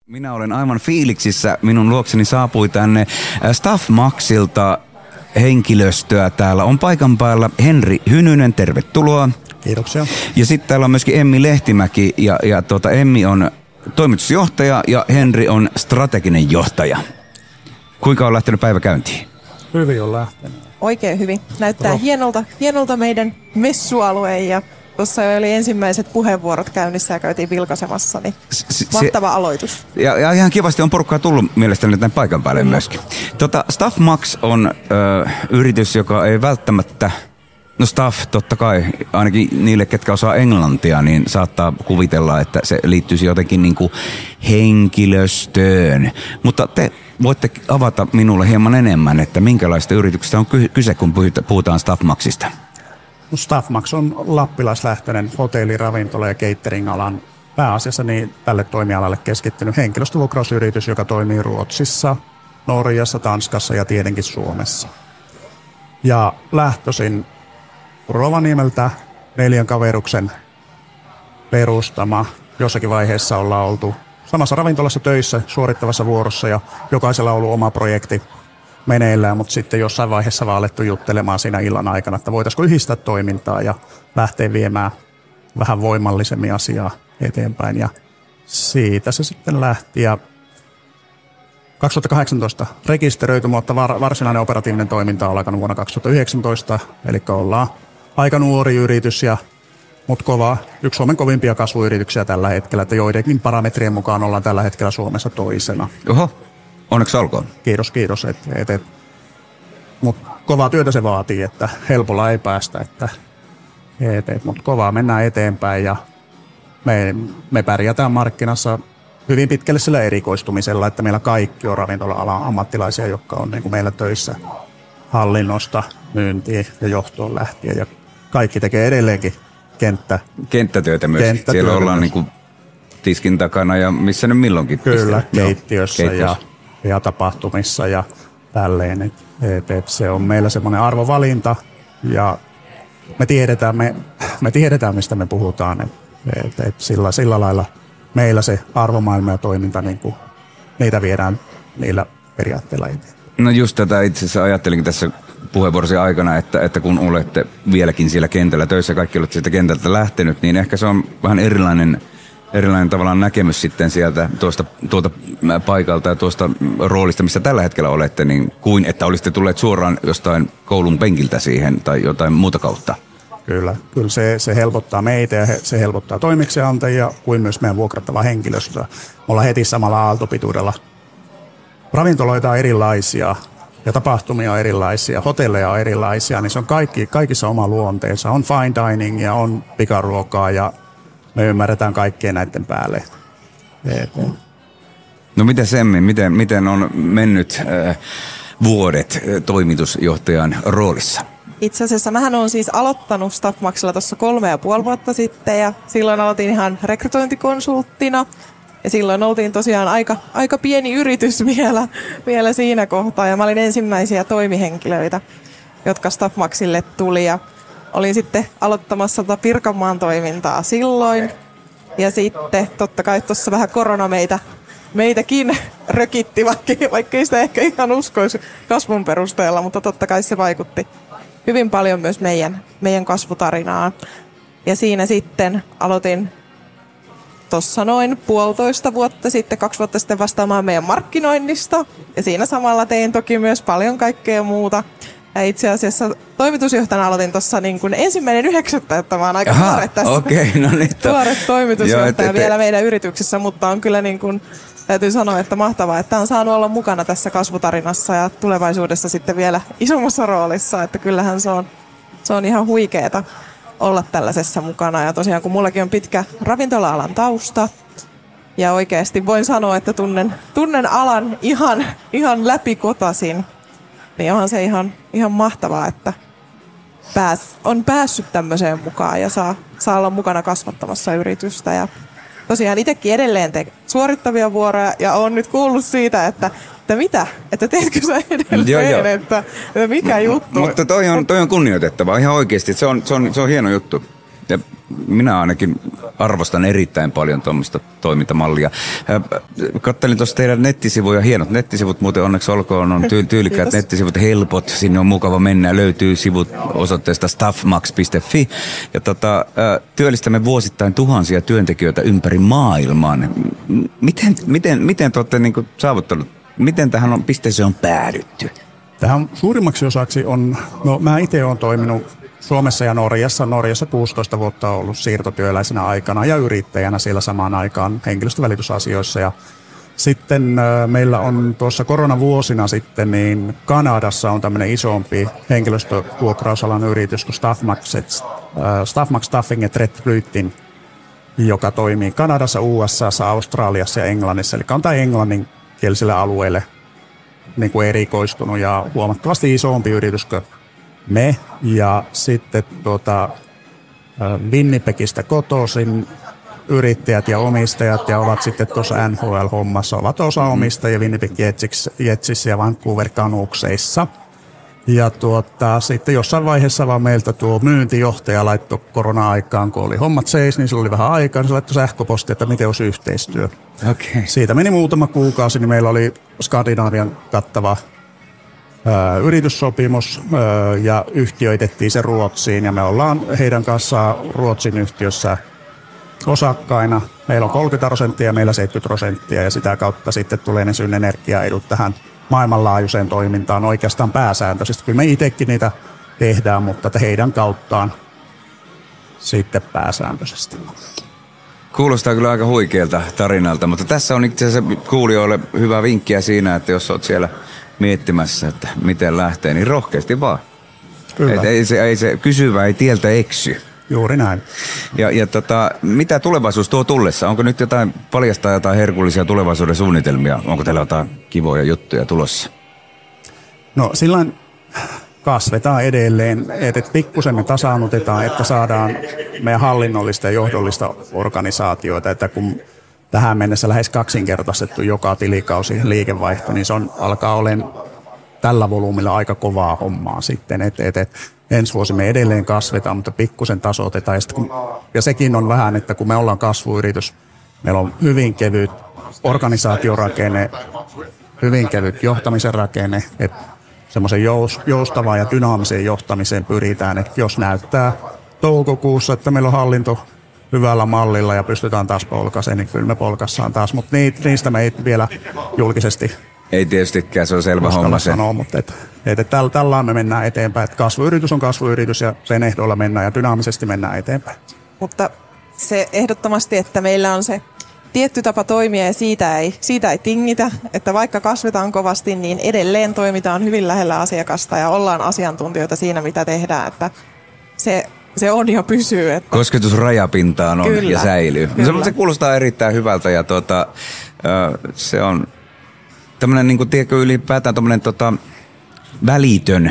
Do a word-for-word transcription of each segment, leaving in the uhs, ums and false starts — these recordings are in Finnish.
Minä olen aivan fiiliksissä. Minun luokseni saapui tänne Staff Maxilta henkilöstöä. Täällä on paikan päällä Henri Hynynen, tervetuloa. Kiitoksia. Ja sitten täällä on myöskin Emmi Lehtimäki. Ja, ja tuota, Emmi on toimitusjohtaja ja Henri on strateginen johtaja. Kuinka on lähtenyt päivä käyntiin? Hyvin on lähtenyt. Oikein hyvin. Näyttää no. hienolta, hienolta meidän messualue ja tuossa oli ensimmäiset puheenvuorot käynnissä ja käytiin vilkaisemassa, niin S- mahtava se, aloitus. Ja, ja ihan kivasti on porukkaa tullut mielestäni tämän paikan päälle mm. myöskin. Tota, Staff Max on ö, yritys, joka ei välttämättä, no Staff totta kai, ainakin niille, ketkä osaa englantia, niin saattaa kuvitella, että se liittyisi jotenkin niin kuin henkilöstöön. Mutta te voitte avata minulle hieman enemmän, että minkälaista yrityksestä on kyse, kun puhutaan Staff Maxista. Staff Max on lappilaislähtöinen hotelli, ravintola ja catering-alan pääasiassa niin tälle toimialalle keskittynyt henkilöstövuokrausyritys, joka toimii Ruotsissa, Norjassa, Tanskassa ja tietenkin Suomessa. Ja lähtöisin Rovaniemeltä neljän kaveruksen perustama. Jossakin vaiheessa ollaan oltu samassa ravintolassa töissä suorittavassa vuorossa ja jokaisella on ollut oma projekti meneillään, mutta sitten jossain vaiheessa vaan alettu juttelemaan siinä illan aikana, että voitaisiinko yhdistää toimintaa ja lähteä viemään vähän voimallisemmin asiaa eteenpäin. Ja siitä se sitten lähti. Ja kaksituhattakahdeksantoista rekisteröity, mutta varsinainen operatiivinen toiminta on alkanut vuonna kaksituhattayhdeksäntoista, eli ollaan aika nuori yritys, ja, mutta kova, yksi Suomen kovimpia kasvuyrityksiä tällä hetkellä, että joidenkin parametrien mukaan ollaan tällä hetkellä Suomessa toisena. Oho. Onneksi olkoon. Kiitos, kiitos. Et, et, et. Mutta kovaa työtä se vaatii, että helpolla ei päästä. Että, et, et, mutta kovaa mennään eteenpäin ja me, me pärjätään markkinassa hyvin pitkälle sillä erikoistumisella, että meillä kaikki on ravintola-alan ammattilaisia, jotka on niin kuin meillä töissä hallinnosta, myyntiin ja johtoon lähtien. Ja kaikki tekee edelleenkin kenttä. Kenttätyötä myös. Kenttätyötä Siellä ollaan myös. Niin kuin tiskin takana ja missä nyt milloinkin. Kyllä, keittiössä no, ja ja tapahtumissa ja tälleen. Et, et, et se on meillä semmoinen arvovalinta ja me tiedetään, me, me tiedetään mistä me puhutaan. Et, et, et sillä, sillä lailla meillä se arvomaailma ja toiminta, niin kuin, niitä viedään niillä periaatteilla eteenpäin. No just tätä itse asiassa ajattelinkin tässä puheenvuorosi aikana, että, että kun olette vieläkin siellä kentällä töissä, kaikki olette sieltä kentältä lähtenyt, niin ehkä se on vähän erilainen Erilainen tavallaan näkemys sitten sieltä tuosta, tuolta paikalta ja tuosta roolista, missä tällä hetkellä olette, niin kuin että olisitte tulleet suoraan jostain koulun penkiltä siihen tai jotain muuta kautta. Kyllä, kyllä se, se helpottaa meitä ja he, se helpottaa toimiksiantajia kuin myös meidän vuokrattavaa henkilöstöä. Me ollaan heti samalla aaltopituudella. Ravintoloita on erilaisia ja tapahtumia on erilaisia, hotelleja on erilaisia, niin se on kaikki, kaikissa oma luonteensa. On fine dining ja on pikaruokaa ja me ymmärretään kaikkien näiden päälle. No miten Semmi, miten, miten on mennyt äh, vuodet äh, toimitusjohtajan roolissa? Itse asiassa mähän olen siis aloittanut Staff Maxilla tuossa kolme ja puoli vuotta sitten ja silloin aloitin ihan rekrytointikonsulttina. Ja silloin oltiin tosiaan aika, aika pieni yritys vielä, vielä siinä kohtaa ja mä olin ensimmäisiä toimihenkilöitä, jotka Staff Maxille tuli ja olin sitten aloittamassa tota Pirkanmaan toimintaa silloin. Ja sitten totta kai tuossa vähän korona meitä, meitäkin rökitti, vaikka, vaikka ei sitä ehkä ihan uskoisi kasvun perusteella, mutta totta kai se vaikutti hyvin paljon myös meidän, meidän kasvutarinaan. Ja siinä sitten aloitin tuossa noin puolitoista vuotta sitten, kaksi vuotta sitten vastaamaan meidän markkinoinnista. Ja siinä samalla tein toki myös paljon kaikkea muuta. Ja itse asiassa toimitusjohtajana aloitin tuossa niin kuin ensimmäinen yhdeksättä, että mä oon aika Aha, tuore tässä. Okay, no niin, tuore toimitusjohtaja Joo, et, et, vielä meidän yrityksessä, mutta on kyllä niin kuin, täytyy sanoa, että mahtavaa, että on saanut olla mukana tässä kasvutarinassa ja tulevaisuudessa sitten vielä isommassa roolissa, että kyllähän se on, se on ihan huikeeta olla tällaisessa mukana. Ja tosiaan kun mullakin on pitkä ravintola-alan tausta ja oikeasti voin sanoa, että tunnen, tunnen alan ihan, ihan läpikotasin. Niin onhan se ihan, ihan mahtavaa, että pääs, on päässyt tämmöiseen mukaan ja saa, saa olla mukana kasvattamassa yritystä. Ja tosiaan itsekin edelleen teen suorittavia vuoroja ja olen nyt kuullut siitä, että, että mitä, että teetkö sä edelleen, joo, joo. Että, että mikä juttu. Mutta toi on, toi on kunnioitettavaa ihan oikeasti, se on, se on, se on hieno juttu. Ja minä ainakin arvostan erittäin paljon tuommoista toimintamallia. Kattelin tuossa teidän nettisivuja, hienot nettisivut, muuten onneksi olkoon, on tyy- tyylikkäät Kiitos. nettisivut, helpot, sinne on mukava mennä, löytyy sivut osoitteesta staffmax piste fi. Ja tota, työllistämme vuosittain tuhansia työntekijöitä ympäri maailman. Miten, miten, miten te olette niin kuin saavuttanut, miten tähän on, pisteeseen on päädytty? Tähän suurimmaksi osaksi on, no mä itse olen toiminut Suomessa ja Norjassa. Norjassa kuusitoista vuotta on ollut siirtotyöläisenä aikana ja yrittäjänä siellä samaan aikaan henkilöstövälitysasioissa. Ja sitten äh, meillä on tuossa koronavuosina sitten, niin Kanadassa on tämmöinen isompi henkilöstövuokrausalan yritys kuin Staffmax, äh, Staffmax Staffing and Recruiting, joka toimii Kanadassa, U S A:ssa, Australiassa ja Englannissa. Eli on tämä englanninkieliselle alueelle niin kuin erikoistunut ja huomattavasti isompi yritys kuin me. Ja sitten tuota, Winnipegistä kotoisin yrittäjät ja omistajat ja ovat sitten tuossa N H L-hommassa, ovat osa omistajia Winnipeg Jetsissä ja Vancouver Canucksissa. Ja tuota, sitten jossain vaiheessa vaan meiltä tuo myyntijohtaja laittoi korona-aikaan, kun oli hommat seis, niin sillä oli vähän aikaa, niin se laittoi sähköpostia, että miten olisi yhteistyö. Okay. Siitä meni muutama kuukausi, niin meillä oli Skandinavian kattava ö, yrityssopimus ö, ja yhtiöitettiin se Ruotsiin. Ja me ollaan heidän kanssaan Ruotsin yhtiössä osakkaina. Meillä on kolmekymmentä prosenttia ja meillä seitsemänkymmentä prosenttia ja sitä kautta sitten tulee ne synergiaedut tähän maailmanlaajuiseen toimintaan oikeastaan pääsääntöisesti. Kyllä me itsekin niitä tehdään, mutta heidän kauttaan sitten pääsääntöisesti. Kuulostaa kyllä aika huikealta tarinalta, mutta tässä on itse asiassa kuulijoille hyvä vinkkiä siinä, että jos olet siellä miettimässä, että miten lähtee, niin rohkeasti vaan. Et ei, se, ei se kysyvä, ei tieltä eksy. Juuri näin. Ja, ja tota, mitä tulevaisuus tuo tullessa? Onko nyt jotain paljastaa jotain herkullisia tulevaisuuden suunnitelmia? Onko teillä jotain kivoja juttuja tulossa? No sillain kasvetaan edelleen, että pikkusen me tasaannutetaan, että saadaan meidän hallinnollista ja johdollista organisaatioita, että kun tähän mennessä lähes kaksinkertaistettu joka tilikausi liikevaihto, niin se on, alkaa olemaan tällä volyymilla aika kovaa hommaa sitten, että et, et, ensi vuosi me edelleen kasvetaan, mutta pikkusen tasoitetaan. Ja, kun, ja sekin on vähän, että kun me ollaan kasvuyritys, meillä on hyvin kevyt organisaatiorakenne, hyvin kevyt johtamisen rakenne, että semmoisen joustavaan ja dynaamiseen johtamiseen pyritään, että jos näyttää toukokuussa, että meillä on hallinto hyvällä mallilla ja pystytään taas polkaiseen, niin kyllä me polkassaan taas, mutta niistä me ei vielä julkisesti ei tietystikään, se on selvä homma se. Sanoa, mutta et, et, et tällä, tällä me mennään eteenpäin, että kasvuyritys on kasvuyritys ja sen ehdoilla mennään ja dynaamisesti mennään eteenpäin. Mutta se ehdottomasti, että meillä on se tietty tapa toimia ja siitä ei, siitä ei tingitä, että vaikka kasvetaan kovasti, niin edelleen toimitaan hyvin lähellä asiakasta ja ollaan asiantuntijoita siinä, mitä tehdään, että se, se on ja pysyy. Että kosketus rajapintaan on kyllä, ja säilyy. Kyllä. Se kuulostaa erittäin hyvältä ja tuota, se on tämmöinen, niin kuin tiedätkö, ylipäätään tämmöinen tota, välitön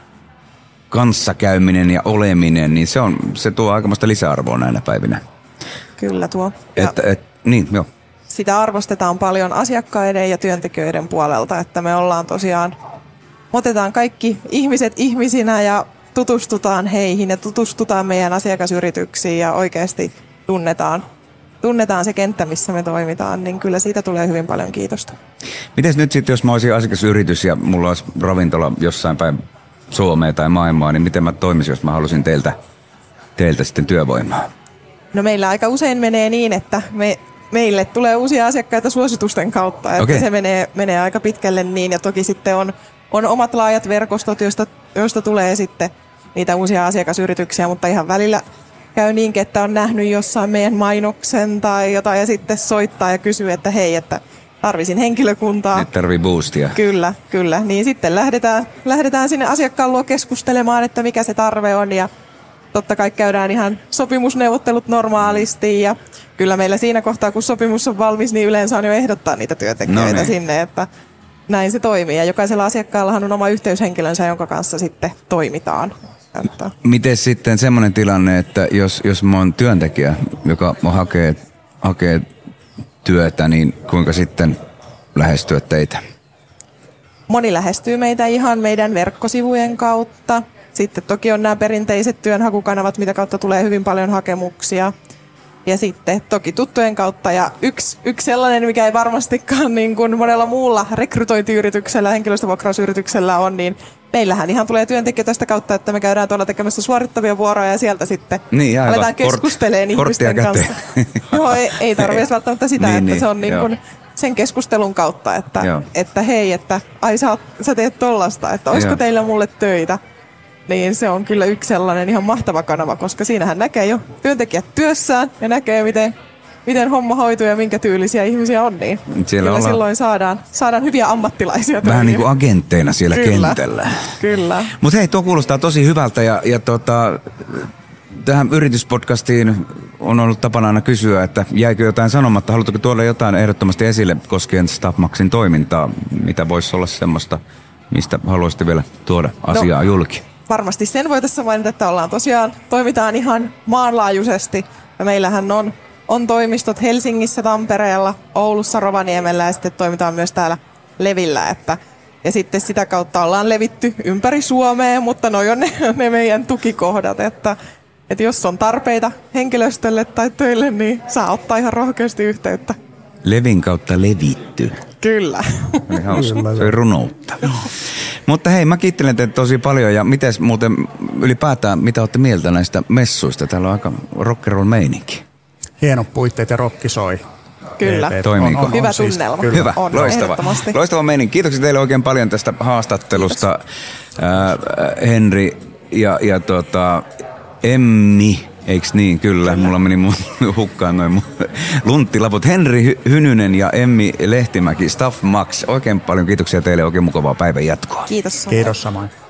kanssakäyminen ja oleminen, niin se, on, se tuo aikamoista lisäarvoa näinä päivinä. Kyllä tuo. Et, et, niin, joo. Sitä arvostetaan paljon asiakkaiden ja työntekijöiden puolelta, että me ollaan tosiaan, otetaan kaikki ihmiset ihmisinä ja tutustutaan heihin ja tutustutaan meidän asiakasyrityksiin ja oikeasti tunnetaan, tunnetaan se kenttä, missä me toimitaan, niin kyllä siitä tulee hyvin paljon kiitosta. Mites nyt sitten, jos mä olisin asiakasyritys ja mulla olisi ravintola jossain päin Suomea tai maailmaa, niin miten mä toimisin, jos mä halusin teiltä, teiltä sitten työvoimaa? No meillä aika usein menee niin, että me, meille tulee uusia asiakkaita suositusten kautta, että okay. se menee, menee aika pitkälle niin ja toki sitten on, on omat laajat verkostot, joista, joista tulee sitten niitä uusia asiakasyrityksiä, mutta ihan välillä käy niin, että on nähnyt jossain meidän mainoksen tai jotain ja sitten soittaa ja kysyy, että hei, että tarvisin henkilökuntaa. Nyt tarvii boostia. Kyllä, kyllä. Niin sitten lähdetään, lähdetään sinne asiakkaan luo keskustelemaan, että mikä se tarve on ja totta kai käydään ihan sopimusneuvottelut normaalisti ja kyllä meillä siinä kohtaa, kun sopimus on valmis, niin yleensä on jo ehdottaa niitä työntekijöitä no niin. sinne, että näin se toimii. Ja jokaisella asiakkaallahan on oma yhteyshenkilönsä, jonka kanssa sitten toimitaan. Että miten sitten semmoinen tilanne, että jos, jos mä oon työntekijä, joka hakee, hakee työtä, niin kuinka sitten lähestyä teitä? Moni lähestyy meitä ihan meidän verkkosivujen kautta. Sitten toki on nämä perinteiset työnhakukanavat, mitä kautta tulee hyvin paljon hakemuksia. Ja sitten toki tuttujen kautta. Ja yksi, yksi sellainen, mikä ei varmastikaan niin kuin monella muulla rekrytointiyrityksellä, henkilöstövuokrausyrityksellä on, niin meillähän ihan tulee työntekijöitä tästä kautta, että me käydään tuolla tekemässä suorittavia vuoroja ja sieltä sitten niin, aletaan keskustelemaan Kort, ihmisten kanssa. Joo, ei, ei tarvitse välttämättä sitä, niin, että niin, se on niin kuin sen keskustelun kautta, että, että hei, että ai sä, sä teet tollasta, että olisiko joo. teillä mulle töitä. Niin se on kyllä yksi sellainen ihan mahtava kanava, koska siinähän näkee jo työntekijät työssään ja näkee, miten, miten homma hoituu ja minkä tyylisiä ihmisiä on. Niin siellä kyllä silloin saadaan, saadaan hyviä ammattilaisia. Vähän niin kuin agentteina siellä kyllä, kentällä. Kyllä. Mutta hei, tuo kuulostaa tosi hyvältä ja, ja tota, tähän yrityspodcastiin on ollut tapana aina kysyä, että jäikö jotain sanomatta. Haluatko tuoda jotain ehdottomasti esille koskien StaffMaxin toimintaa? Mitä voisi olla semmoista, mistä haluaisitte vielä tuoda asiaa no. julki? Varmasti sen voi tässä mainita, että ollaan tosiaan, toimitaan ihan maanlaajuisesti. Ja meillähän on, on toimistot Helsingissä, Tampereella, Oulussa, Rovaniemellä ja sitten toimitaan myös täällä Levillä. Että, ja sitten sitä kautta ollaan levitty ympäri Suomea, mutta noi on ne, ne meidän tukikohdat. Että, että jos on tarpeita henkilöstölle tai töille, niin saa ottaa ihan rohkeasti yhteyttä. Levin kautta levitty. Kyllä. Kyllä se on runoutta. Mutta hei, mä kiittelen teitä tosi paljon ja mites muuten ylipäätään, mitä olette mieltä näistä messuista? Täällä on aika rock'n'roll meininki. Hienot puitteet ja rokki soi. Kyllä. Toimiiko? On, on, Hyvä siis, tunnelma. Kyllä. Hyvä, on, loistava. Loistava meininki. Kiitoksia teille oikein paljon tästä haastattelusta, äh, Henri ja, ja tota, Emmi. Eiks niin? Kyllä. Mulla meni mun hukkaan noin mun lunttilaput. Henri Hynynen ja Emmi Lehtimäki, StaffMax. Oikein paljon kiitoksia teille. Oikein mukavaa päivän jatkoa. Kiitos. Kiitos samoin.